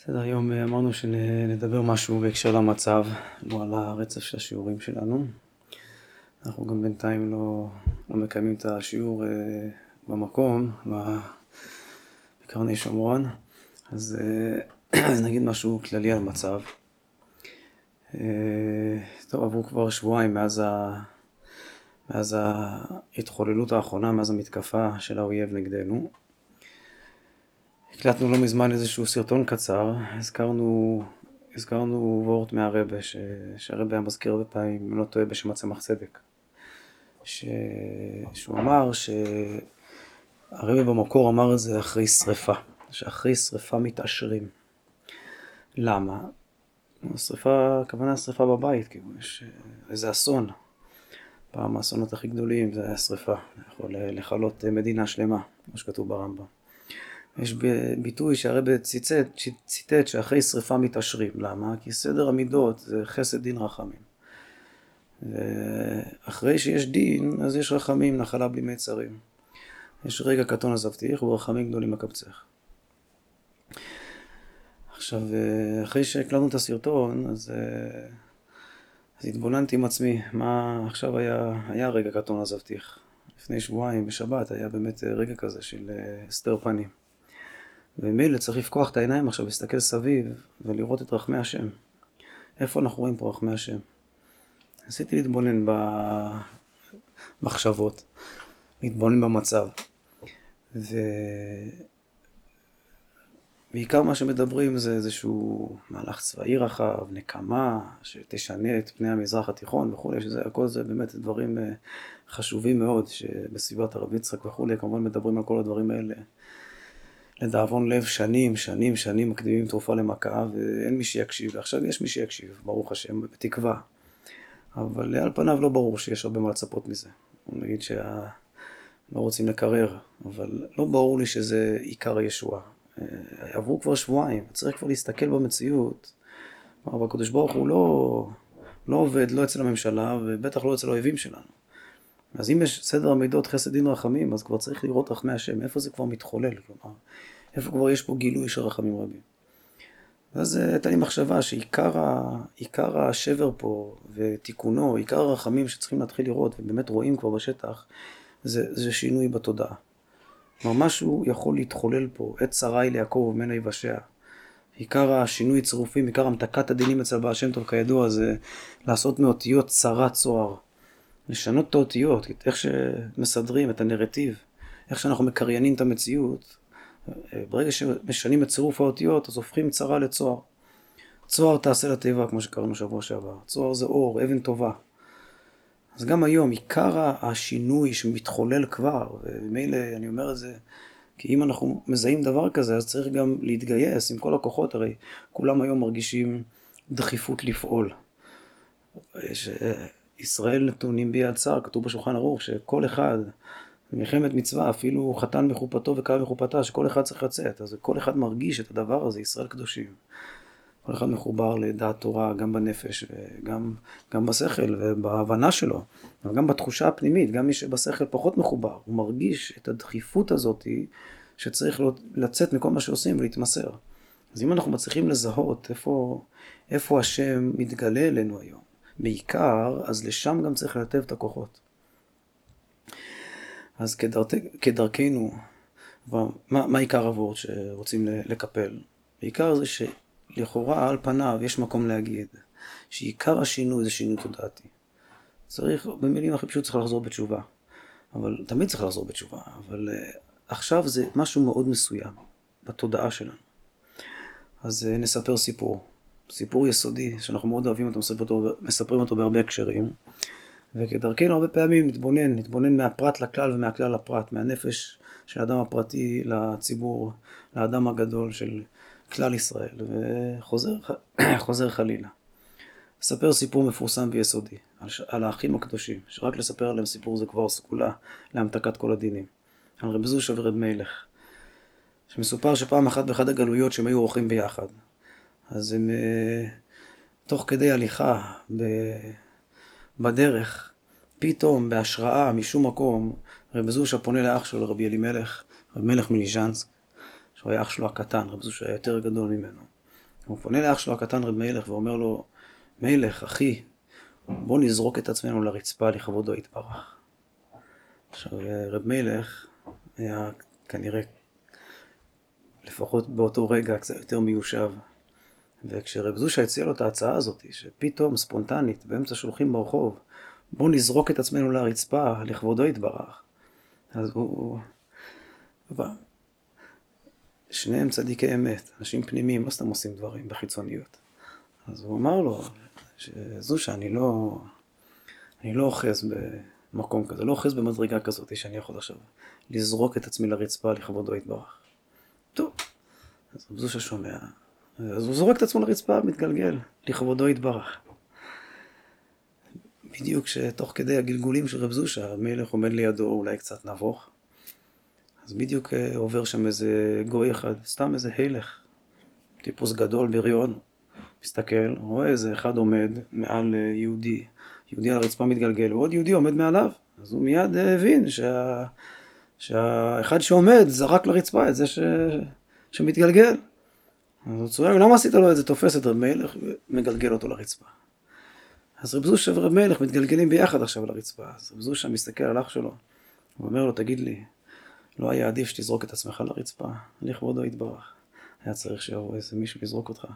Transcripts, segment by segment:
בסדר, היום אמרנו שנדבר משהו בהקשר למצב, לא על הרצף של השיעורים שלנו. אנחנו גם בינתיים לא מקיימים את השיעור במקום, בקרני שומרון. אז נגיד משהו כללי על מצב. טוב, עברו כבר שבועיים מאז ההתחוללות האחרונה, מאז המתקפה של האויב נגדנו. הקלטנו לא מזמן איזשהו סרטון קצר, הזכרנו וורט מהרבא, שהרבא היה מזכיר הרבה פעמים, אם לא טועה, בשם צמח צדק. שהוא אמר שהרבא במקור אמר את זה אחרי שריפה, שאחרי שריפה מתעשרים. למה? שריפה, הכוונה שריפה בבית, כאילו יש איזה אסון. פעם האסונות הכי גדולים זה היה שריפה, יכול לחלות מדינה שלמה, כמו שכתוב ברמב"ם. יש ביטוי שהרבא ציטט שאחרי שריפה מתעשרים. למה? כי סדר המידות זה חסד דין רחמים. ואחרי שיש דין, אז יש רחמים, נחלה בלי מצרים. יש רגע קטון עזבתיך ורחמים גדולים מקבצך. עכשיו, אחרי שהקלטנו את הסרטון, אז התבוננתי עם עצמי. מה עכשיו היה רגע קטון עזבתיך. לפני שבועיים בשבת היה באמת רגע כזה של הסתר פנים. ומילא צריך לפקוח את העיניים עכשיו, להסתכל סביב ולראות את רחמי השם. איפה אנחנו רואים פה רחמי השם? עשיתי להתבונן במחשבות, להתבונן במצב. ובעיקר מה שמדברים זה איזשהו מהלך צבאי רחב, נקמה, שתשנה את פני המזרח התיכון וכו', הכל זה באמת דברים חשובים מאוד, שבסביבת הרב יצחק וכו', כמובן מדברים על כל הדברים האלה. לדאבון לב שנים מקדימים תרופה למכה, ואין מי שיקשיב, ועכשיו יש מי שיקשיב, ברוך השם, בתקווה. אבל על פניו לא ברור שיש הרבה מה לצפות מזה. נגיד לא רוצים לקרר, אבל לא ברור לי שזה עיקר הישועה. עברו כבר שבועיים, צריך כבר להסתכל במציאות. הקדוש ברוך הוא לא עובד, לא אצל הממשלה, ובטח לא אצל האויבים שלנו. אז אם יש סדר המידות חסד דין רחמים, אז כבר צריך לראות רחמי השם, איפה זה כבר מתחולל, כלומר, איפה כבר יש פה גילוי של רחמים רבים. אז הייתה לי מחשבה שעיקר השבר פה ותיקונו, עיקר הרחמים שצריכים להתחיל לראות, ובאמת רואים כבר בשטח, זה שינוי בתודעה. כלומר, משהו יכול להתחולל פה, עת שרי ליעקב ומנה יבשע. עיקר השינוי צירופים, עיקר המתקת הדינים אצל בעל שם טוב כידוע, זה לעשות מאותיות צרת צוהר. לשנות את האותיות, איך שמסדרים את הנרטיב, איך שאנחנו מקריינים את המציאות. ברגע שמשנים את צירוף האותיות, אז הופכים צרה לצוהר. צוהר תעשה לטבע, כמו שקראנו שבוע שעבר. צוהר זה אור, אבן טובה. אז גם היום, עיקר השינוי שמתחולל כבר, ומילא אני אומר את זה, כי אם אנחנו מזהים דבר כזה, אז צריך גם להתגייס עם כל הכוחות, הרי כולם היום מרגישים דחיפות לפעול. ישראל נתונים ביד צר, כתוב בשולחן ערוך, שכל אחד, מלחמת מצווה, אפילו חתן מחופתו וכלה מחופתה, שכל אחד צריך לצאת. אז כל אחד מרגיש את הדבר הזה, ישראל קדושים. כל אחד מחובר לדעת תורה, גם בנפש וגם בשכל ובהבנה שלו, אבל גם בתחושה הפנימית, גם מי שבשכל פחות מחובר, הוא מרגיש את הדחיפות הזאת שצריך לצאת מכל מה שעושים ולהתמסר. אז אם אנחנו מצליחים לזהות איפה השם מתגלה אלינו היום, בעיקר, אז לשם גם צריך לטב את הכוחות. אז כדרכנו, מה עיקר הוורד שרוצים לקפל? בעיקר זה שלכאורה על פניו יש מקום להגיד שעיקר השינוי זה שינוי תודעתי. צריך, במילים הכי פשוט צריך לחזור בתשובה. אבל תמיד צריך לחזור בתשובה, אבל עכשיו זה משהו מאוד מסוים בתודעה שלנו. אז נספר סיפור יסודי, שאנחנו מאוד אוהבים אותו, מספרים אותו בהרבה הקשרים, וכדרכנו הרבה פעמים נתבונן מהפרט לכלל ומהכלל לפרט, מהנפש של האדם הפרטי לציבור, לאדם הגדול של כלל ישראל, וחוזר חלילה. ספר סיפור מפורסם ויסודי, על האחים הקדושים, שרק לספר עליהם סיפור זה כבר סגולה להמתקת כל הדינים, על רב זושה ורב מלך, שמסופר שפעם אחת באחד הגלויות שהם היו אורחים ביחד, אז הם תוך כדי הליכה בדרך, פתאום בהשראה משום מקום, רב זושה פונה לאח שלו, רבי אלימלך, רב מלך מליז'נסק, שהוא היה אח שלו הקטן, רב זושה היה יותר גדול ממנו. הוא פונה לאח שלו הקטן רב מלך ואומר לו, מלך, אחי, בוא נזרוק את עצמנו לרצפה לכבודו יתברך. עכשיו, רב מלך היה כנראה, לפחות באותו רגע, קצת יותר מיושב. וכשרב זושה הציע לו את ההצעה הזאת, שפתאום ספונטנית, באמצע שולחים ברחוב, בוא נזרוק את עצמנו לרצפה לכבודו יתברך. אז הוא... שניהם צדיקי אמת, אנשים פנימיים, לא סתם עושים דברים בחיצוניות. אז הוא אמר לו, שזושה, אני לא אוחז במקום כזה, לא אוחז במדרגה כזאת, שאני יכול עכשיו לזרוק את עצמי לרצפה לכבודו יתברך. טוב, אז זושה שומע, אז הוא זורק את עצמו לרצפה, מתגלגל, לכבודו יתברך. בדיוק שתוך כדי הגלגולים של רב זושה, המלך עומד לידו, אולי קצת נבוך. אז בדיוק עובר שם איזה גוי אחד, סתם איזה הילך, טיפוס גדול בריון, מסתכל, רואה איזה אחד עומד מעל יהודי, יהודי על הרצפה מתגלגל, ועוד יהודי עומד מעליו. אז הוא מיד הבין שהאחד שעומד זרק לרצפה את זה שמתגלגל. אז הוא צועק, למה עשית לו את זה? תופס את רב מלך ומגלגל אותו לרצפה. אז רב זושה ורב מלך מתגלגלים ביחד עכשיו לרצפה. אז רב זושה מסתכל על אח שלו, הוא אומר לו, תגיד לי, לא היה עדיף שתזרוק את עצמך לרצפה, לכבודו יתברך. היה צריך שיבוא איזה מישהו לזרוק אותך.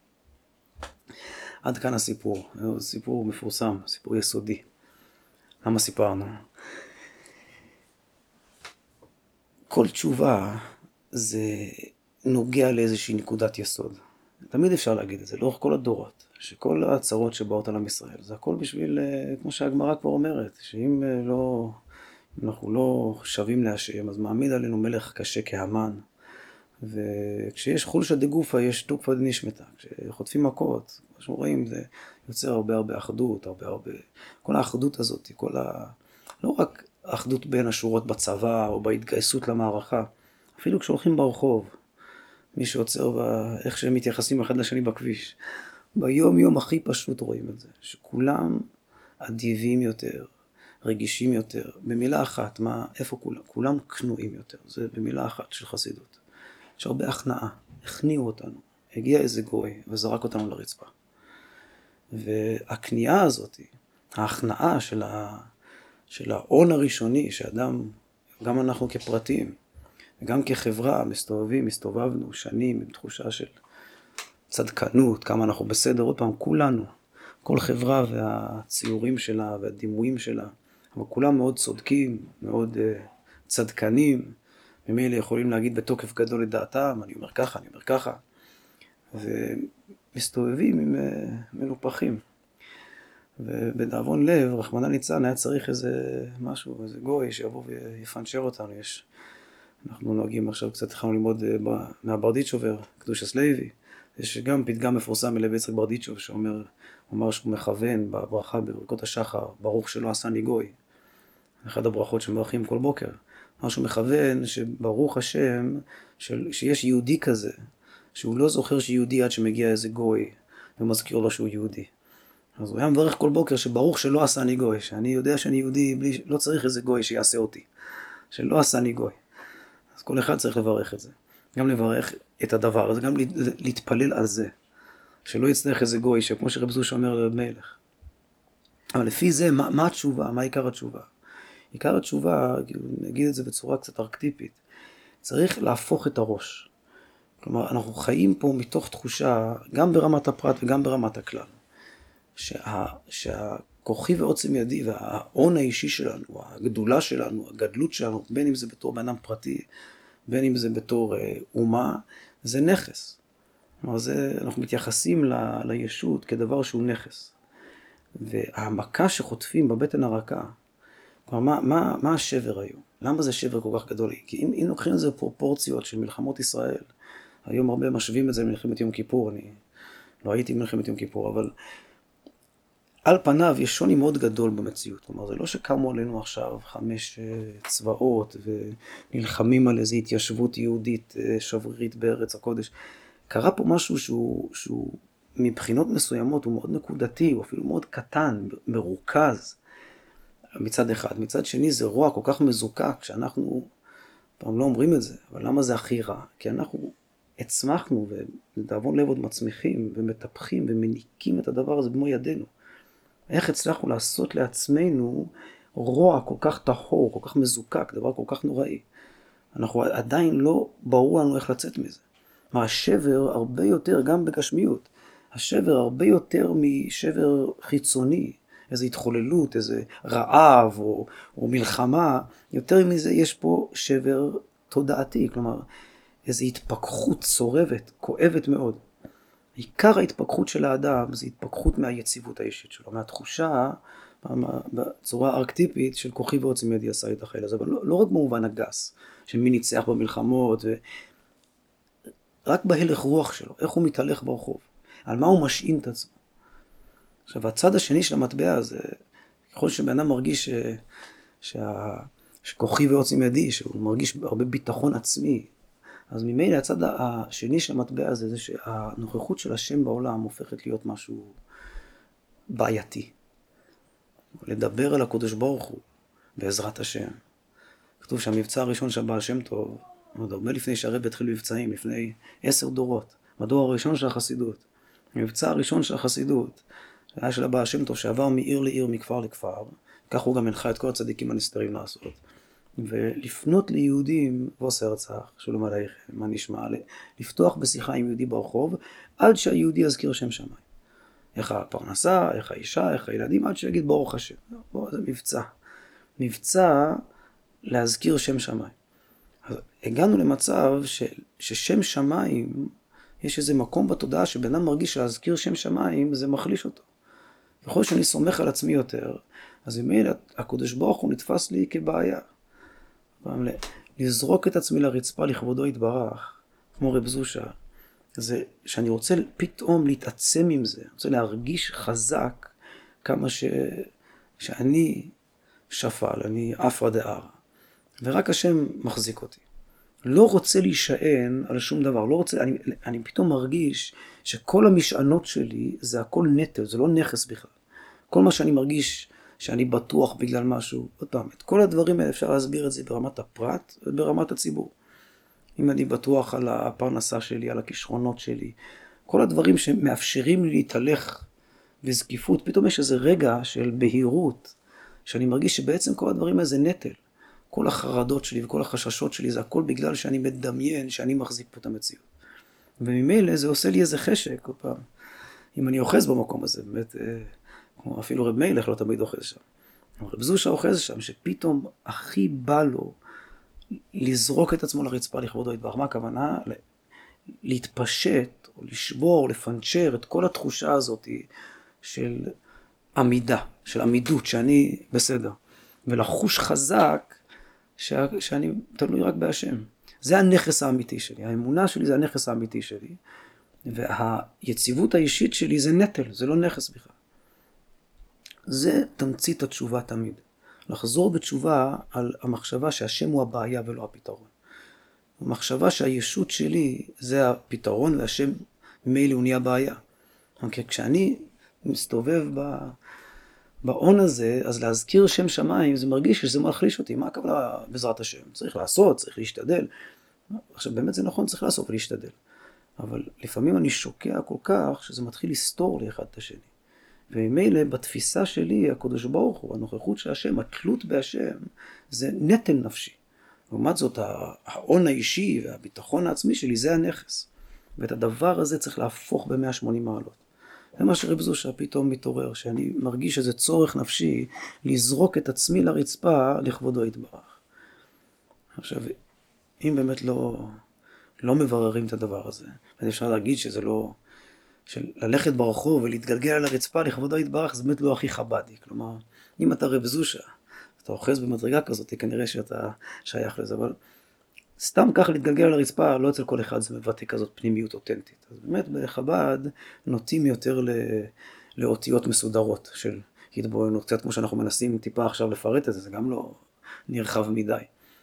עד כאן הסיפור, זה סיפור מפורסם, סיפור יסודי. למה סיפרנו? כל תשובה זה נוגע לאיזושהי נקודת יסוד. תמיד אפשר להגיד את זה, לאורך כל הדורות, שכל הצרות שבאות על עם ישראל, זה הכל בשביל, כמו שהגמרא כבר אומרת, שאם אנחנו לא שווים להשם, אז מעמיד עלינו מלך קשה כהמן. וכשיש חולשא דגופא, יש טופא דנשמתא. כשחוטפים מכות, כמו שרואים, זה יוצר הרבה אחדות, כל האחדות הזאת, לא רק האחדות בין השורות בצבא או בהתגייסות למערכה, אפילו כשהולכים ברחוב, מי שעוצר איך שהם מתייחסים אחד לשני בכביש, ביום יום הכי פשוט רואים את זה, שכולם אדיבים יותר, רגישים יותר, במילה אחת, איפה כולם? כולם כנועים יותר, זה במילה אחת של חסידות. יש הרבה הכנעה, הכניעו אותנו, הגיע איזה גוי וזרק אותנו לרצפה. והכניעה הזאת, ההכנעה של ההון הראשוני, שאדם, גם אנחנו כפרטים, וגם כחברה הסתובבנו שנים עם תחושה של צדקנות, כמה אנחנו בסדר, עוד פעם, כולנו, כל חברה והציורים שלה והדימויים שלה, אבל כולם מאוד צודקים, מאוד צדקנים, ממילא יכולים להגיד בתוקף גדול את דעתם, אני אומר ככה, ומסתובבים עם מנופחים. ובדאבון לב, רחמנא ליצלן, היה צריך איזה משהו, איזה גוי שיבוא ויפנצ'ר אותנו. אנחנו נוהגים עכשיו קצת, התחלנו ללמוד מהברדיצ'ובר, קדושת לוי, יש גם פתגם מפורסם מלב יצחק ברדיצ'וב, שאומר שהוא מכוון בברכה בברכות השחר, ברוך שלא עשני גוי. אחד הברכות שמברכים כל בוקר. משהו מכוון שברוך השם, שיש יהודי כזה, שהוא לא זוכר שיהודי עד שמגיע איזה גוי, ומזכיר לו שהוא יהודי. אז הוא היה מברך כל בוקר שברוך שלא עשני גוי, שאני יודע שאני יהודי, לא צריך איזה גוי שיעשה אותי, שלא עשני גוי. אז כל אחד צריך לברך את זה. גם לברך את הדבר הזה, גם להתפלל על זה, שלא יצטרך איזה גוי, שכמו שרב זושה אומר לרב מלך. אבל לפי זה, מה התשובה? מה עיקר התשובה? עיקר התשובה, נגיד את זה בצורה קצת ארכטיפית, צריך להפוך את הראש. כלומר, אנחנו חיים פה מתוך תחושה, גם ברמת הפרט וגם ברמת הכלל, שהכוחי ועוצם ידי וההון האישי שלנו, הגדולה שלנו, הגדלות שלנו, בין אם זה בתור בן אדם פרטי, בין אם זה בתור אומה, זה נכס. כלומר, אנחנו מתייחסים לישות כדבר שהוא נכס. והמכה שחוטפים בבטן הרכה, כלומר, מה השבר היום? למה זה שבר כל כך גדול? כי אם לוקחים את זה בפרופורציות של מלחמות ישראל, היום הרבה משווים את זה למלחמת יום כיפור, אני לא הייתי במלחמת יום כיפור, אבל על פניו יש שוני מאוד גדול במציאות. כלומר, זה לא שקמו עלינו עכשיו 5 צבאות ונלחמים על איזו התיישבות יהודית שברירית בארץ הקודש. קרה פה משהו שהוא מבחינות מסוימות הוא מאוד נקודתי, הוא אפילו מאוד קטן, מרוכז. מצד אחד. מצד שני זה רוע כל כך מזוקק שאנחנו פעם לא אומרים את זה. אבל למה זה הכי רע? כי אנחנו הצמחנו ולדאבון לב עוד מצמיחים ומטפחים ומניקים את הדבר הזה במו ידינו. איך הצלחנו לעשות לעצמנו רוע כל כך טהור, כל כך מזוקק, דבר כל כך נוראי. אנחנו עדיין לא ברור לנו איך לצאת מזה. מה השבר הרבה יותר, גם בגשמיות, השבר הרבה יותר משבר חיצוני, איזו התחוללות, איזה רעב או מלחמה, יותר מזה יש פה שבר תודעתי, כלומר, איזו התפכחות צורבת, כואבת מאוד. עיקר ההתפכחות של האדם זה התפכחות מהיציבות האישית שלו, מהתחושה בצורה ארכטיפית של כוחי ועוצם ידי עשה את החיל הזה, אבל לא רק במובן הגס, שמי ניצח במלחמות, רק בהלך רוח שלו, איך הוא מתהלך ברחוב, על מה הוא משעין את עצמו. עכשיו, הצד השני של המטבע הזה, ככל שבן אדם מרגיש שכוחי ועוצם ידי, שהוא מרגיש הרבה ביטחון עצמי, אז ממילא הצד השני של המטבע הזה, זה שהנוכחות של השם בעולם הופכת להיות משהו בעייתי. לדבר על הקדוש ברוך הוא בעזרת השם. כתוב שהמבצע הראשון של הבעל שם טוב, עוד הרבה לפני שהרב התחיל מבצעים, לפני 10 דורות, בדור הראשון של החסידות. המבצע הראשון של החסידות, היה של הבעל שם טוב שעבר מעיר לעיר, מכפר לכפר, כך הוא גם הנחה את כל הצדיקים הנסתרים לעשות. ולפנות ליהודים, ועושה הרצח, שלום עלייכם, מה נשמע, לפתוח בשיחה עם יהודי ברחוב, עד שהיהודי יזכיר שם שמיים. איך הפרנסה, איך האישה, איך הילדים, עד שיגיד ברוך השם. זה מבצע. מבצע להזכיר שם שמיים. אז הגענו למצב ששם שמיים, יש איזה מקום בתודעה שבן אדם מרגיש להזכיר שם שמיים, זה מחליש אותו. ככל שאני סומך על עצמי יותר, אז ממילא הקדוש ברוך הוא נתפס לי כבעיה. לזרוק את עצמי לרצפה לכבודו יתברך, כמו רב זושה, זה שאני רוצה פתאום להתעצם עם זה, אני רוצה להרגיש חזק כמה שאני שפל, אני אפרא דארעא, ורק השם מחזיק אותי. לא רוצה להישען על שום דבר, לא רוצה, אני פתאום מרגיש שכל המשענות שלי זה הכל נטל, זה לא נכס בכלל. כל מה שאני מרגיש שאני בטוח בגלל משהו, עוד פעם, את כל הדברים האלה אפשר להסביר את זה ברמת הפרט וברמת הציבור. אם אני בטוח על הפרנסה שלי, על הכישרונות שלי, כל הדברים שמאפשרים לי להתהלך וזקיפות, פתאום יש איזה רגע של בהירות, שאני מרגיש שבעצם כל הדברים האלה זה נטל. כל החרדות שלי וכל החששות שלי זה הכל בגלל שאני מדמיין שאני מחזיק פה את המציאות. וממילא זה עושה לי איזה חשק, כל פעם. אם אני אוחז במקום הזה, באמת, כמו אפילו רב מלך לא תמיד אוחז שם. רב זושה אוחז שם, שפתאום הכי בא לו לזרוק את עצמו לרצפה לכבודו יתברך. מה הכוונה? להתפשט, או לשבור, או לפנצ'ר את כל התחושה הזאת של עמידה, של עמידות, שאני בסדר. ולחוש חזק שאני תלוי רק בהשם. זה הנכס האמיתי שלי. האמונה שלי זה הנכס האמיתי שלי. והיציבות האישית שלי זה נטל, זה לא נכס בכלל. זה תמצית התשובה תמיד. לחזור בתשובה על המחשבה שהשם הוא הבעיה ולא הפתרון. המחשבה שהישות שלי זה הפתרון והשם ממילא הוא נהיה בעיה. כשאני מסתובב בעון הזה, אז להזכיר שם שמיים, זה מרגיש שזה מחליש אותי. מה הכוונה בעזרת השם? צריך לעשות, צריך להשתדל. עכשיו באמת זה נכון, צריך לעשות ולהשתדל. אבל לפעמים אני שוקע כל כך שזה מתחיל לסתור לי אחד את השני. וממילא בתפיסה שלי, הקדוש ברוך הוא, הנוכחות של השם, התלות בהשם, זה נטל נפשי. לעומת זאת, ההון האישי והביטחון העצמי שלי, זה הנכס. ואת הדבר הזה צריך להפוך ב-180 מעלות. זה מה שרב זושה פתאום מתעורר, שאני מרגיש איזה צורך נפשי לזרוק את עצמי לרצפה לכבודו יתברך. עכשיו, אם באמת לא מבררים את הדבר הזה, אז אפשר להגיד שזה לא, של ללכת ברחוב ולהתגלגל על הרצפה לכבודו יתברך, זה באמת לא הכי חבדי. כלומר, אם אתה רב זושה, אתה אוחז במדרגה כזאת, כנראה שאתה שייך לזה, אבל סתם ככה להתגלגל על הרצפה, לא אצל כל אחד זה מבטא כזאת פנימיות אותנטית. אז באמת בחב"ד נוטים יותר לאותיות מסודרות של התבוננות, קצת כמו שאנחנו מנסים טיפה עכשיו לפרט את זה, זה גם לא נרחב מדי.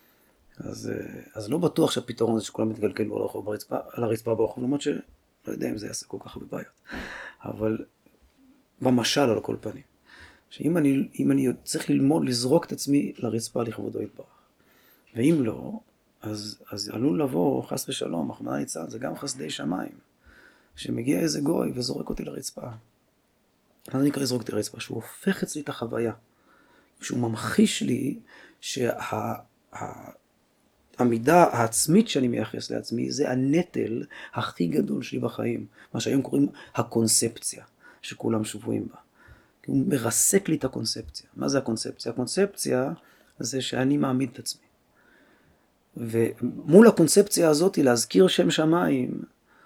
אז לא בטוח שהפתרון זה שכולם מתגלגלו על הרצפה ברחוב, למרות שלא יודע אם זה יעשה כל כך בבעיות. אבל במשל על כל פנים, שאם אני צריך ללמוד לזרוק את עצמי לרצפה לכבודו יתברך, ואם לא, אז עלול לבוא, חס ושלום, רחמנא ליצלן, זה גם חסדי שמיים, שמגיע איזה גוי וזורק אותי לרצפה. מה זה נקרא לזרוק אותי לרצפה? שהוא הופך אצלי את החוויה, שהוא ממחיש לי המידה העצמית שאני מייחס לעצמי, זה הנטל הכי גדול שלי בחיים, מה שהיום קוראים הקונספציה, שכולם שבויים בה. הוא מרסק לי את הקונספציה. מה זה הקונספציה? הקונספציה זה שאני מעמיד את עצמי. ומול הקונספציה הזאת, להזכיר שם שמיים,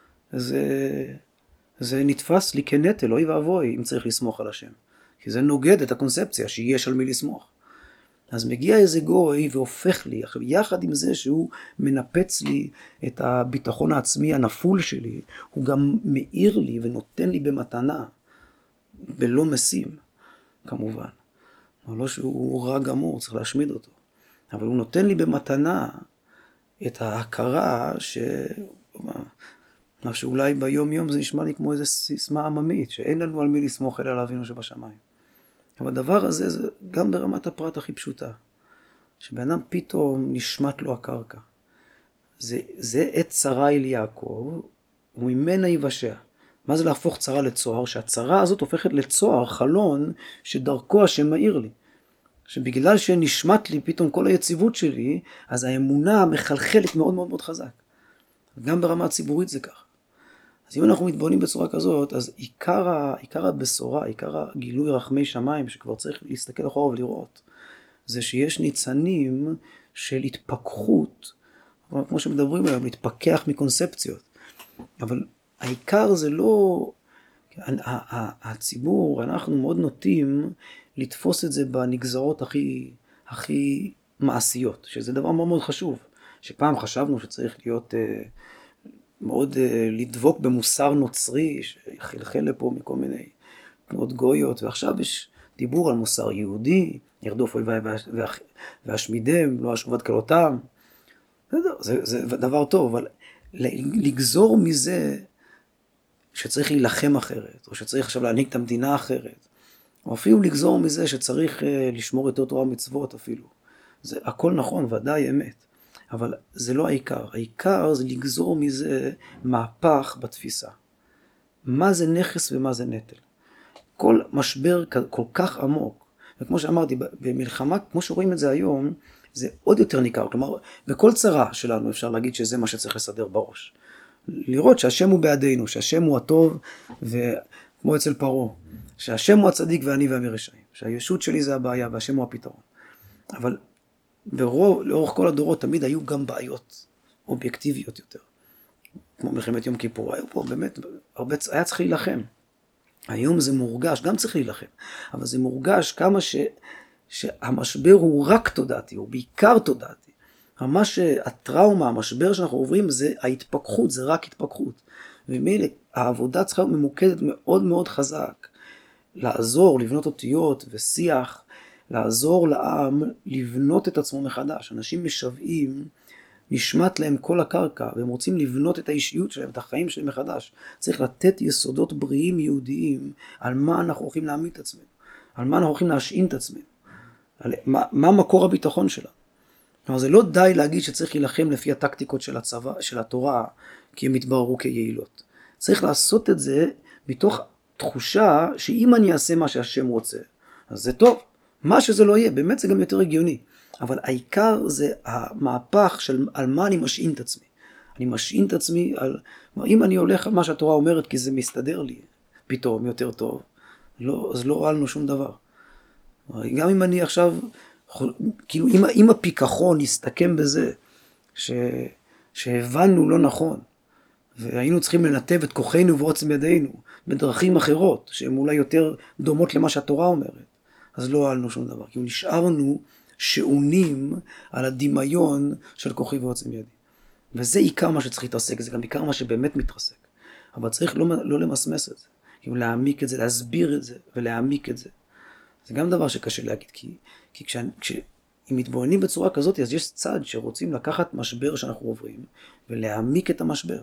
זה נתפס לי כנטל, אוי ואבוי, אם צריך לסמוך על השם. כי זה נוגד את הקונספציה, שיש על מי לסמוך. אז מגיע איזה גוי והופך לי, עכשיו יחד עם זה שהוא מנפץ לי את הביטחון העצמי הנפול שלי, הוא גם מאיר לי ונותן לי במתנה, בלא משים, כמובן. לא שהוא רע גמור, צריך להשמיד אותו. אבל הוא נותן לי במתנה את ההכרה מה שאולי ביום יום זה נשמע לי כמו איזו סיסמה עממית, שאין לנו על מי לסמוך אלא על אבינו שבשמיים. אבל הדבר הזה זה גם ברמת הפרט הכי פשוטה, שבאדם פתאום נשמט לו הקרקע. זה עת צרה אל יעקב, וממנה יבשע. מה זה להפוך צרה לצוהר? שהצרה הזאת הופכת לצוהר, חלון, שדרכו השם מאיר לי. שבגלל שנשמט לי פתאום כל היציבות שלי, אז האמונה מחלחלת מאוד מאוד מאוד חזק. גם ברמה הציבורית זה כך. אז אם אנחנו מתבוננים בצורה כזאת, אז עיקר הבשורה, עיקר הגילוי רחמי שמיים, שכבר צריך להסתכל אחורה ולראות, זה שיש ניצנים של התפכחות, כמו שמדברים היום, להתפכח מקונספציות. אבל העיקר זה לא, הציבור, אנחנו מאוד נוטים לתפוס את זה בנגזרות הכי מעשיות, שזה דבר מאוד מאוד חשוב, שפעם חשבנו שצריך להיות מאוד לדבוק במוסר נוצרי, שחלחל לפה מכל מיני תנועות גויות, ועכשיו יש דיבור על מוסר יהודי, ירדוף אויביי והשמידם, לא אשוב עד כלותם. זה דבר טוב, אבל לגזור מזה שצריך להילחם אחרת, או שצריך עכשיו להנהיג את המדינה אחרת, או אפילו לגזור מזה שצריך לשמור יותר תורה ומצוות אפילו. זה הכל נכון, ודאי אמת. אבל זה לא העיקר. העיקר זה לגזור מזה מהפך בתפיסה. מה זה נכס ומה זה נטל. כל משבר כל כך עמוק, וכמו שאמרתי, במלחמה, כמו שרואים את זה היום, זה עוד יותר ניכר. כלומר, בכל צרה שלנו אפשר להגיד שזה מה שצריך לסדר בראש. לראות שהשם הוא בעדינו, שהשם הוא הטוב, וכמו אצל פרעה, שהשם הוא הצדיק ואני ועמי רשעים, שהישות שלי זה הבעיה והשם הוא הפתרון. אבל לאורך כל הדורות תמיד היו גם בעיות אובייקטיביות יותר. כמו מלחמת יום כיפור, היו פה באמת, היה צריך להילחם. היום זה מורגש, גם צריך להילחם, אבל זה מורגש כמה שהמשבר הוא רק תודעתי, הוא בעיקר תודעתי. ממש הטראומה, המשבר שאנחנו עוברים זה ההתפכחות, זה רק התפכחות. ומילא העבודה צריכה להיות ממוקדת מאוד מאוד חזק. לעזור, לבנות אותיות ושיח, לעזור לעם לבנות את עצמו מחדש. אנשים משוועים, נשמט להם כל הקרקע, והם רוצים לבנות את האישיות שלהם, את החיים שלהם מחדש. צריך לתת יסודות בריאים יהודיים על מה אנחנו הולכים להעמיד את עצמנו, על מה אנחנו הולכים להשעין את עצמנו, מה מקור הביטחון שלנו. כלומר, זה לא די להגיד שצריך להילחם לפי הטקטיקות של הצבא, של התורה, כי הם יתבררו כיעילות. צריך לעשות את זה מתוך תחושה שאם אני אעשה מה שהשם רוצה, אז זה טוב. מה שזה לא יהיה, באמת זה גם יותר הגיוני. אבל העיקר זה המהפך של על מה אני משעין את עצמי. אני משעין את עצמי על, אם אני הולך על מה שהתורה אומרת, כי זה מסתדר לי פתאום יותר טוב, אז לא הועלנו שום דבר. גם אם אני עכשיו, כאילו אם הפיקחון יסתכם בזה, שהבנו לא נכון, והיינו צריכים לנתב את כוחנו ועוצם ידינו בדרכים אחרות, שהן אולי יותר דומות למה שהתורה אומרת, אז לא הועלנו שום דבר, כי נשארנו שעונים על הדמיון של כוחי ועוצם ידי. וזה עיקר מה שצריך להתעסק, זה גם עיקר מה שבאמת מתרסק. אבל צריך לא למסמס את זה, כאילו להעמיק את זה, להסביר את זה ולהעמיק את זה. זה גם דבר שקשה להגיד, כי אם מתבוננים בצורה כזאת, אז יש צד שרוצים לקחת משבר שאנחנו עוברים ולהעמיק את המשבר.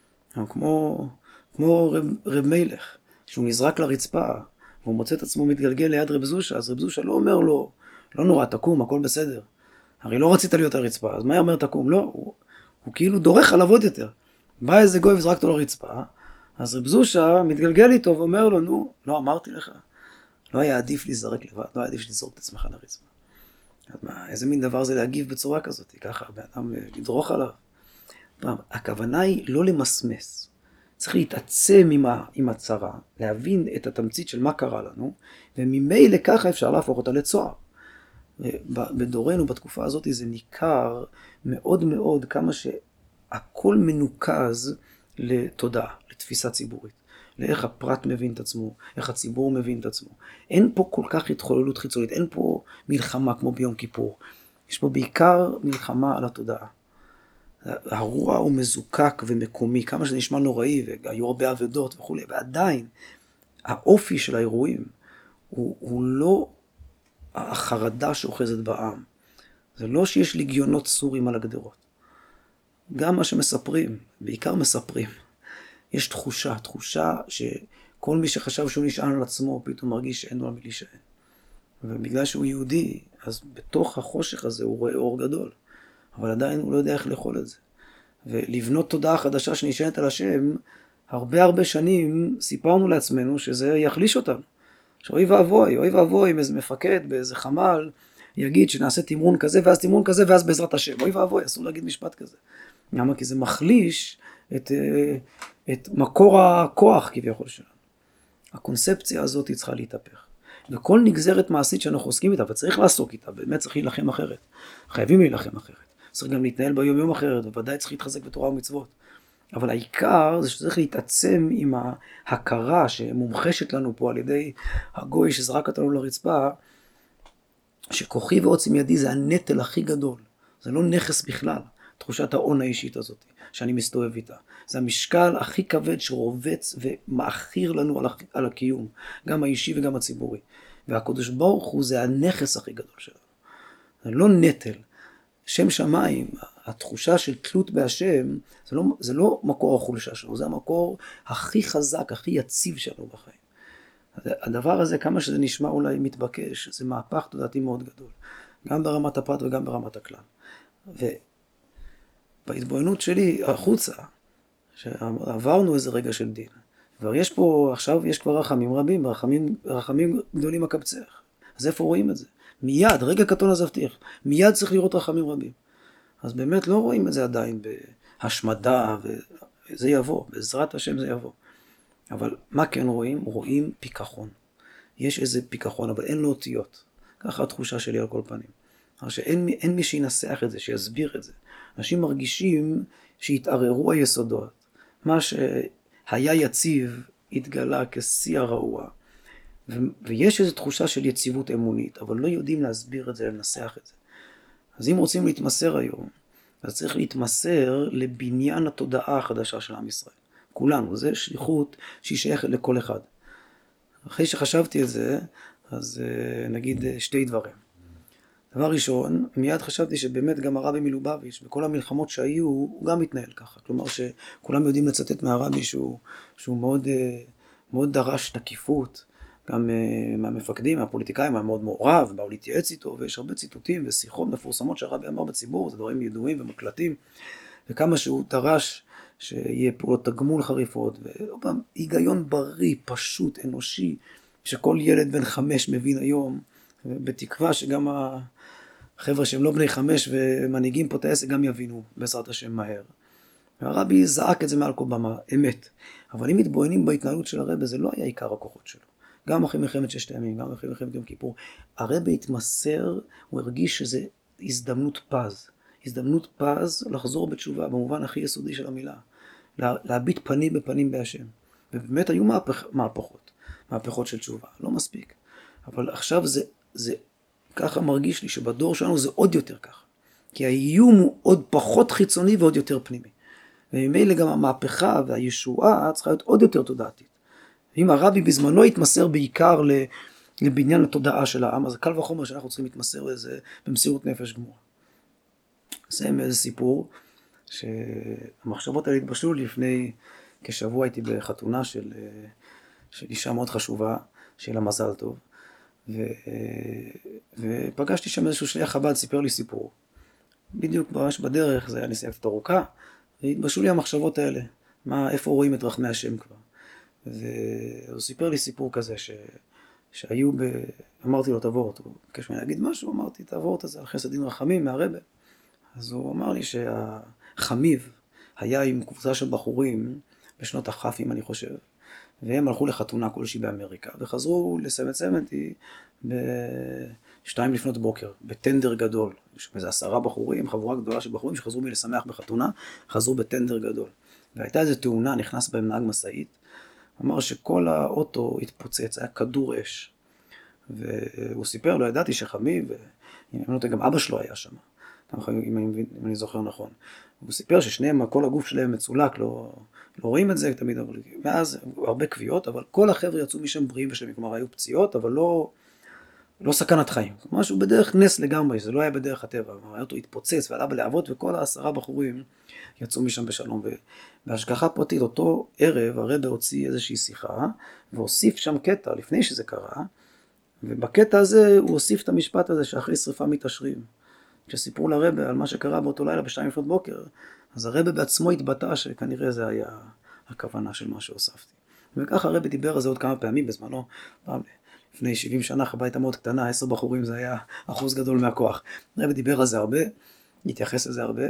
כמו רב מלך, שהוא נזרק לרצפה, והוא מוצא את עצמו מתגלגל ליד רב זושה, אז רב זושה לא אומר לו, לא נורא, תקום, הכל בסדר. הרי לא רצית להיות הרצפה, אז מה אומר תקום? לא, הוא כאילו דורך עליו עוד יותר. בא איזה גוי וזרק אותו לרצפה, אז רב זושה מתגלגל איתו ואומר לו, נו, לא אמרתי לך, לא היה עדיף להיזרק לבד, לא היה עדיף לזרוק את עצמך לרצפה. אז מה, איזה מין דבר זה להגיב בצורה כזאת, ככה באדם לדרוך עליו. הכוונה היא לא למסמס. צריך להתעצם עם הצרה, להבין את התמצית של מה קרה לנו, וממילא ככה אפשר להפוך אותה לצוהר. בדורנו, בתקופה הזאת, זה ניכר מאוד מאוד כמה שהכל מנוקז לתודעה, לתפיסה ציבורית. לאיך הפרט מבין את עצמו, איך הציבור מבין את עצמו. אין פה כל כך התחוללות חיצונית, אין פה מלחמה כמו ביום כיפור. יש פה בעיקר מלחמה על התודעה. הרוע הוא מזוקק ומקומי, כמה שזה נשמע נוראי, והיו הרבה עבדות וכו', ועדיין האופי של האירועים הוא לא החרדה שאוחזת בעם. זה לא שיש ליגיונות סורים על הגדרות. גם מה שמספרים, בעיקר מספרים, יש תחושה שכל מי שחשב שהוא נשען על עצמו, פתאום מרגיש שאין לו על מי להישען. ובגלל שהוא יהודי, אז בתוך החושך הזה הוא רואה אור גדול. אבל עדיין הוא לא יודע איך לאכול את זה. ולבנות תודעה חדשה שנשענת על השם, הרבה שנים סיפרנו לעצמנו שזה יחליש אותנו. שאוי ואבוי, אם איזה מפקד באיזה חמ"ל יגיד שנעשה תמרון כזה, ואז תמרון כזה, ואז בעזרת השם. אוי ואבוי, אסור להגיד משפט כזה. למה? כי זה מחליש את מקור הכוח כביכול שלנו. הקונספציה הזאת היא צריכה להתהפך. וכל נגזרת מעשית שאנחנו עוסקים איתה, וצריך לעסוק איתה, באמת צריך להילחם אחרת. חייבים להילחם אחרת. צריך גם להתנהל ביום יום אחרת, ובוודאי צריך להתחזק בתורה ומצוות. אבל העיקר זה שצריך להתעצם עם ההכרה שמומחשת לנו פה על ידי הגוי שזרק אותנו לרצפה, שכוחי ועוצם ידי זה הנטל הכי גדול. זה לא נכס בכלל, תחושת העון האישית הזאת, שאני מסתובב איתה. זה המשקל הכי כבד שרובץ ומאחיר לנו על הקיום, גם האישי וגם הציבורי. והקדוש ברוך הוא זה הנכס הכי גדול שלנו. זה לא נטל. שם שמיים, התחושה של תלות בהשם, זה לא מקור החולשה שלנו, זה המקור הכי חזק, הכי יציב שלנו בחיים. הדבר הזה, כמה שזה נשמע אולי מתבקש, זה מהפך תודעתי מאוד גדול. גם ברמת הפרט וגם ברמת הכלל. ובהתבוננות שלי החוצה, שעברנו איזה רגע של דין, כבר יש פה, עכשיו יש כבר רחמים רבים, רחמים גדולים מקבצך. אז איפה רואים את זה? מיד, רגע קטון עזבתיך, מיד צריך לראות רחמים רבים. אז באמת לא רואים את זה עדיין בהשמדה, וזה יבוא, בעזרת השם זה יבוא. אבל מה כן רואים? רואים פיקחון. יש איזה פיקחון, אבל אין לו אותיות. ככה התחושה שלי על כל פנים. שאין מי שינסח את זה, שיסביר את זה. אנשים מרגישים שהתערערו היסודות. מה שהיה יציב התגלה כשיא הרעוע. ויש איזו תחושה של יציבות אמונית, אבל לא יודעים להסביר את זה, לנסח את זה. אז אם רוצים להתמסר היום, אז צריך להתמסר לבניין התודעה החדשה של עם ישראל. כולנו, זה שליחות שהיא שייכת לכל אחד. אחרי שחשבתי את זה, אז נגיד שתי דברים. דבר ראשון, מיד חשבתי שבאמת גם הרבי מלובביץ' בכל המלחמות שהיו, הוא גם מתנהל ככה. כלומר שכולם יודעים לצטט מהרבי שהוא מאוד דרש תקיפות, גם מהמפקדים, מהפוליטיקאים, היה מאוד מעורב, באו להתייעץ איתו, ויש הרבה ציטוטים ושיחות מפורסמות שהרבי אמר בציבור, זה דברים ידועים ומקלטים, וכמה שהוא דרש שיהיה פעולות תגמול חריפות, ועוד פעם, היגיון בריא, פשוט, אנושי, שכל ילד בן 5 מבין היום, בתקווה שגם החבר'ה שהם לא בני 5 ומנהיגים פה את העסק גם יבינו בעזרת השם מהר. והרבי זעק את זה מעל כל במה, אמת. אבל אם מתבוננים בהתנהלות של הרבי, זה לא היה עיקר הכוחות שלו. גם אחרי מלחמת 6 ימים, גם אחרי מלחמת יום כיפור. הרבי התמסר, הוא הרגיש שזה הזדמנות פז. הזדמנות פז לחזור בתשובה, במובן הכי יסודי של המילה. להביט פנים בפנים בהשם. ובאמת היו מהפכות של תשובה, לא מספיק. אבל עכשיו זה ככה מרגיש לי שבדור שלנו זה עוד יותר ככה. כי האיום הוא עוד פחות חיצוני ועוד יותר פנימי. וממילא גם המהפכה והישועה צריכה להיות עוד יותר תודעתית. אם הרבי בזמנו התמסר בעיקר לבניין התודעה של העם, אז קל וחומר שאנחנו צריכים להתמסר לזה במסירות נפש גמורה. זה איזה סיפור שהמחשבות האלה התבשלו לפני כשבוע. הייתי בחתונה של אישה מאוד חשובה, שיהיה לה מזל טוב. ופגשתי שם איזשהו שליח חב"ד, סיפר לי סיפור. בדיוק ממש בדרך, זה היה נסיעה קצת ארוכה, והתבשלו לי המחשבות האלה, איפה רואים את רחמי השם כבר. והוא סיפר לי סיפור כזה, שהיו אמרתי לו תעבור אותו, הוא ביקש ממני להגיד משהו, אמרתי תעבור אותו, זה על חסד דין רחמים מהרבא. אז הוא אמר לי שהחמיב היה עם קבוצה של בחורים, בשנות החפים אני חושב, והם הלכו לחתונה כלשהי באמריקה, וחזרו לסמנטי בשתיים לפנות בוקר, בטנדר גדול. יש איזה 10 בחורים, חבורה גדולה של בחורים שחזרו מלשמח בחתונה, חזרו בטנדר גדול. והייתה איזו תאונה, נכנס בהם נהג משאית, אמר שכל האוטו התפוצץ, היה כדור אש. והוא סיפר, לא ידעתי שחמיב, גם אבא שלו היה שם, אם אני זוכר נכון. הוא סיפר ששניהם, כל הגוף שלהם מצולק, לא רואים את זה תמיד, ואז הרבה קביעות, אבל כל החבר'ה יצאו משם בריאים ושלמים, כלומר היו פציעות, אבל לא סכנת חיים. משהו בדרך נס לגמרי, זה לא היה בדרך הטבע, האוטו התפוצץ ועלה בלהבות, וכל 10 בחורים יצאו משם בשלום. בהשגחה פרטית, אותו ערב, הרבא הוציא איזושהי שיחה, והוסיף שם קטע לפני שזה קרה, ובקטע הזה הוא הוסיף את המשפט הזה שאחרי שריפה מתעשרים. כשסיפרו לרבא על מה שקרה באותו לילה בשתיים לפנות בוקר, אז הרבא בעצמו התבטא שכנראה זה היה הכוונה של מה שהוספתי. וככה הרבא דיבר על זה עוד כמה פעמים בזמנו, פעם לפני 70 שנה, חווה הייתה מאוד קטנה, 10 בחורים זה היה אחוז גדול מהכוח. הרבא דיבר על זה הרבה, התייחס לזה הרבה,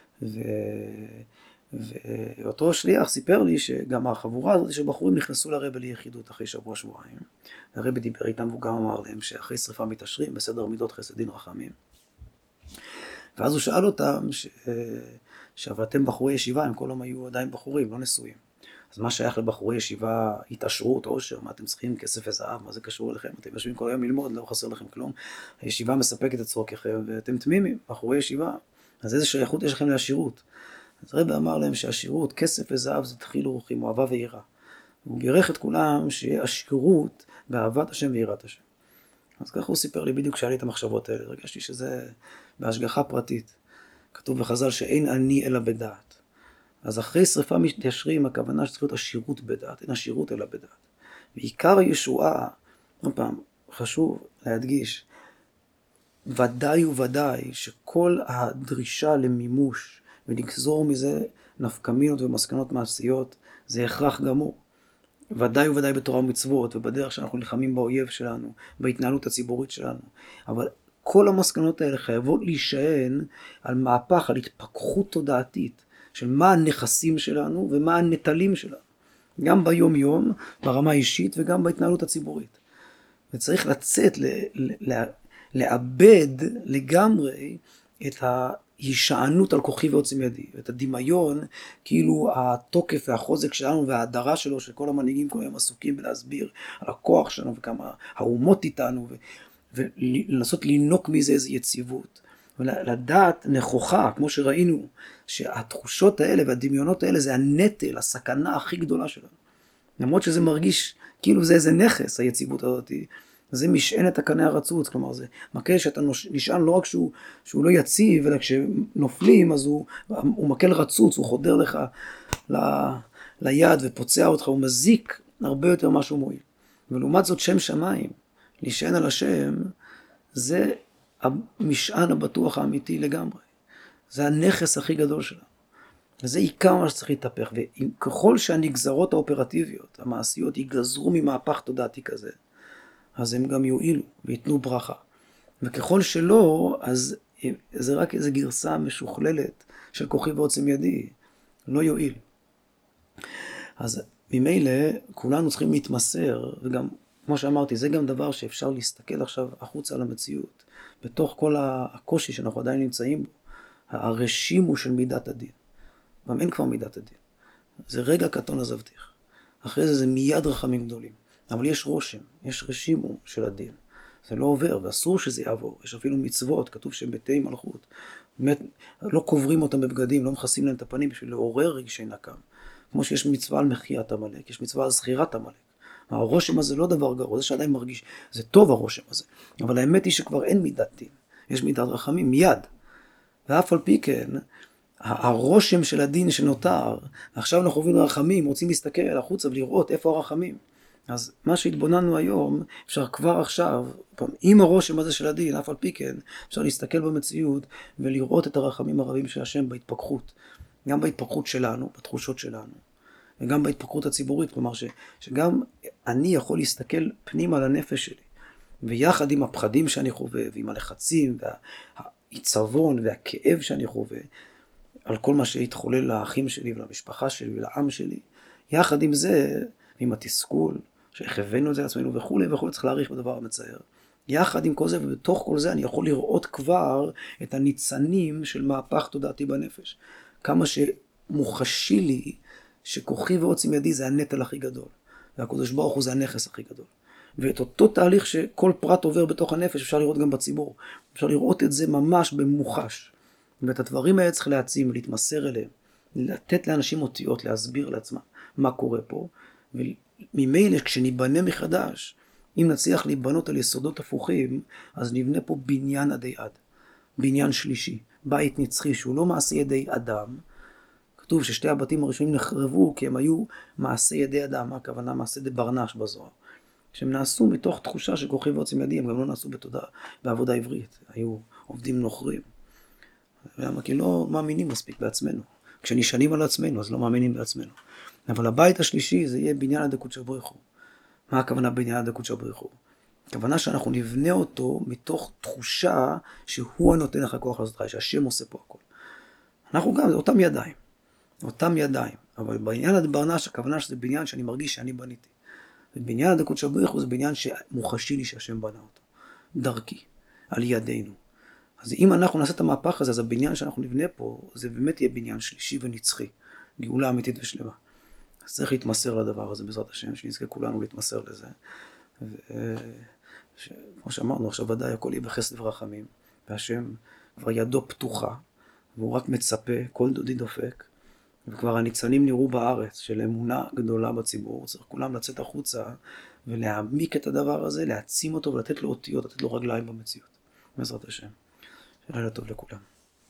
ואותו שליח סיפר לי שגם החבורה הזאת של בחורים נכנסו לרבא ליחידות אחרי שבוע-שבועיים. הרבא דיבר איתם והוא גם אמר להם שאחרי שריפה מתעשרים בסדר מידות חסד דין רחמים. ואז הוא שאל אותם אבל אתם בחורי ישיבה, הם כל הם היו עדיין בחורים, לא נשואים. אז מה שייך לבחורי ישיבה, התעשרות, עושר, מה אתם צריכים, כסף וזהב, מה זה קשור אליכם? אתם יושבים כל היום ללמוד, לא חסר לכם כלום. הישיבה מספקת את צורככם ואתם תמימים, בחורי ישיבה. אז איזה שייכות יש לכם לעשירות? אז רבא אמר להם שהעשירות, כסף וזהב זה תחיל ורוחים, אהבה ויראה. הוא בירך את כולם שיהיה עשירות באהבת השם ויראת השם. אז ככה הוא סיפר לי בדיוק כשהיה לי את המחשבות האלה, הרגשתי שזה בהשגחה פרטית. כתוב בחז"ל שאין אני אלא בדעת. אז אחרי שריפה מתיישרים, הכוונה שצריך להיות עשירות בדעת, אין עשירות אלא בדעת. ועיקר הישועה, עוד פעם, חשוב להדגיש, ודאי וודאי שכל הדרישה למימוש ולגזור מזה נפקמינות ומסקנות מעשיות, זה הכרח גמור. ודאי וודאי בתורה ומצוות, ובדרך שאנחנו נלחמים באויב שלנו, בהתנהלות הציבורית שלנו. אבל כל המסקנות האלה חייבות להישען על מהפך, על התפכחות תודעתית, של מה הנכסים שלנו ומה הנטלים שלנו. גם ביום יום, ברמה האישית וגם בהתנהלות הציבורית. וצריך לצאת, לאבד לגמרי את ההישענות על כוחי ועוצם ידי, את הדמיון, כאילו התוקף והחוזק שלנו וההדרה שלו, שכל המנהיגים כל היום עסוקים בלהסביר על הכוח שלנו וכמה האומות איתנו, ולנסות לינוק מזה איזו יציבות. ולדעת נכוחה, כמו שראינו, שהתחושות האלה והדמיונות האלה זה הנטל, הסכנה הכי גדולה שלנו. למרות שזה מרגיש כאילו זה איזה נכס, היציבות הזאת, זה משען את הקנה הרצוץ, כלומר זה מקל שאתה נשען לא רק שהוא לא יציב, אלא כשנופלים אז הוא מקל רצוץ, הוא חודר לך ליד ופוצע אותך, הוא מזיק הרבה יותר מה שהוא מועיל. ולעומת זאת שם שמיים, להישען על השם, זה המשען הבטוח האמיתי לגמרי. זה הנכס הכי גדול שלנו. וזה עיקר מה שצריך להתהפך. וככל שהנגזרות האופרטיביות, המעשיות, ייגזרו ממהפך תודעתי כזה, אז הם גם יועילו ויתנו ברכה. וככל שלא, אז זה רק איזו גרסה משוכללת של כוחי ועוצם ידי. לא יועיל. אז ממילא כולנו צריכים להתמסר, וגם, כמו שאמרתי, זה גם דבר שאפשר להסתכל עכשיו החוצה על המציאות, בתוך כל הקושי שאנחנו עדיין נמצאים בו, הרשימו של מידת הדין. אבל אין כבר מידת הדין. זה רגע קטון עזבתיך. אחרי זה מיד רחמים גדולים. אבל יש רושם, יש רשימו של הדין. זה לא עובר, ואסור שזה יעבור. יש אפילו מצוות, כתוב שהם בתי מלכות. באמת, לא קוברים אותם בבגדים, לא מכסים להם את הפנים בשביל לעורר רגשי נקם. כמו שיש מצווה על מחיית המלך, יש מצווה על זכירת המלך. הרושם הזה לא דבר גרוע, זה שעדיין מרגיש, זה טוב הרושם הזה. אבל האמת היא שכבר אין מידת דין. יש מידת רחמים מיד. ואף על פי כן, הרושם של הדין שנותר, עכשיו אנחנו עוברים לרחמים, רוצים להסתכל החוצה ולראות איפה הרחמים. אז מה שהתבוננו היום, אפשר כבר עכשיו, עם הרושם הזה של הדין, אף על פי כן, אפשר להסתכל במציאות ולראות את הרחמים הרבים של השם בהתפכחות. גם בהתפכחות שלנו, בתחושות שלנו, וגם בהתפכחות הציבורית. כלומר שגם אני יכול להסתכל פנימה לנפש שלי, ויחד עם הפחדים שאני חווה, ועם הלחצים, והעיצבון והכאב שאני חווה, על כל מה שהתחולל לאחים שלי ולמשפחה שלי ולעם שלי, יחד עם זה, עם התסכול, שהבאנו את זה לעצמנו וכו' וכו', צריך להעריך בדבר המצער. יחד עם כל זה, ובתוך כל זה אני יכול לראות כבר את הניצנים של מהפך תודעתי בנפש. כמה שמוחשי לי שכוחי ועוצם ידי זה הנטל הכי גדול, והקדוש ברוך הוא זה הנכס הכי גדול. ואת אותו תהליך שכל פרט עובר בתוך הנפש אפשר לראות גם בציבור. אפשר לראות את זה ממש במוחש. ואת הדברים האלה צריך להעצים, להתמסר אליהם, לתת לאנשים אותיות, להסביר לעצמם מה קורה פה. וממילא כשניבנה מחדש, אם נצליח להיבנות על יסודות הפוכים, אז נבנה פה בניין עדי עד. בניין שלישי, בית נצחי שהוא לא מעשה ידי אדם. כתוב ששתי הבתים הראשונים נחרבו כי הם היו מעשה ידי אדם. מה הכוונה? מעשה די ברנש בזוהר. שהם נעשו מתוך תחושה שכוחי ועוצם ידי, הם גם לא נעשו בעבודה עברית. היו עובדים נוכרים. למה? כי לא מאמינים מספיק בעצמנו. כשנשענים על עצמנו, אז לא מאמינים בעצמנו. אבל הבית השלישי זה יהיה בניין עד הקודש בריך הוא. מה הכוונה בניין עד הקודש בריך הוא? הכוונה שאנחנו נבנה אותו מתוך תחושה שהוא הנותן לך כוח לעשות חי, שהשם עושה פה הכל. אנחנו גם, זה אותם ידיים. אותם ידיים. אבל בעניין עד ברנש, הכוונה שזה בניין שאני מרגיש שאני בניתי. ובניין עד הקודש בריך הוא זה בניין שמוחשי לי שהשם בנה אותו. דרכי. על ידינו. אז אם אנחנו נעשה את המהפך הזה, אז הבניין שאנחנו נבנה פה, זה באמת יהיה בניין שלישי ונצחי. גאולה אמיתית ושלמה. אז צריך להתמסר לדבר הזה בעזרת השם, שנזכה כולנו להתמסר לזה. כמו שאמרנו, עכשיו ודאי הכל יהיה בחסד ורחמים, והשם כבר ידו פתוחה, והוא רק מצפה, כל דודי דופק, וכבר הניצנים נראו בארץ של אמונה גדולה בציבור. צריך כולם לצאת החוצה ולהעמיק את הדבר הזה, להעצים אותו ולתת לו אותיות, לתת לו רגליים במציאות. בעזרת השם. לילה טוב לכולם.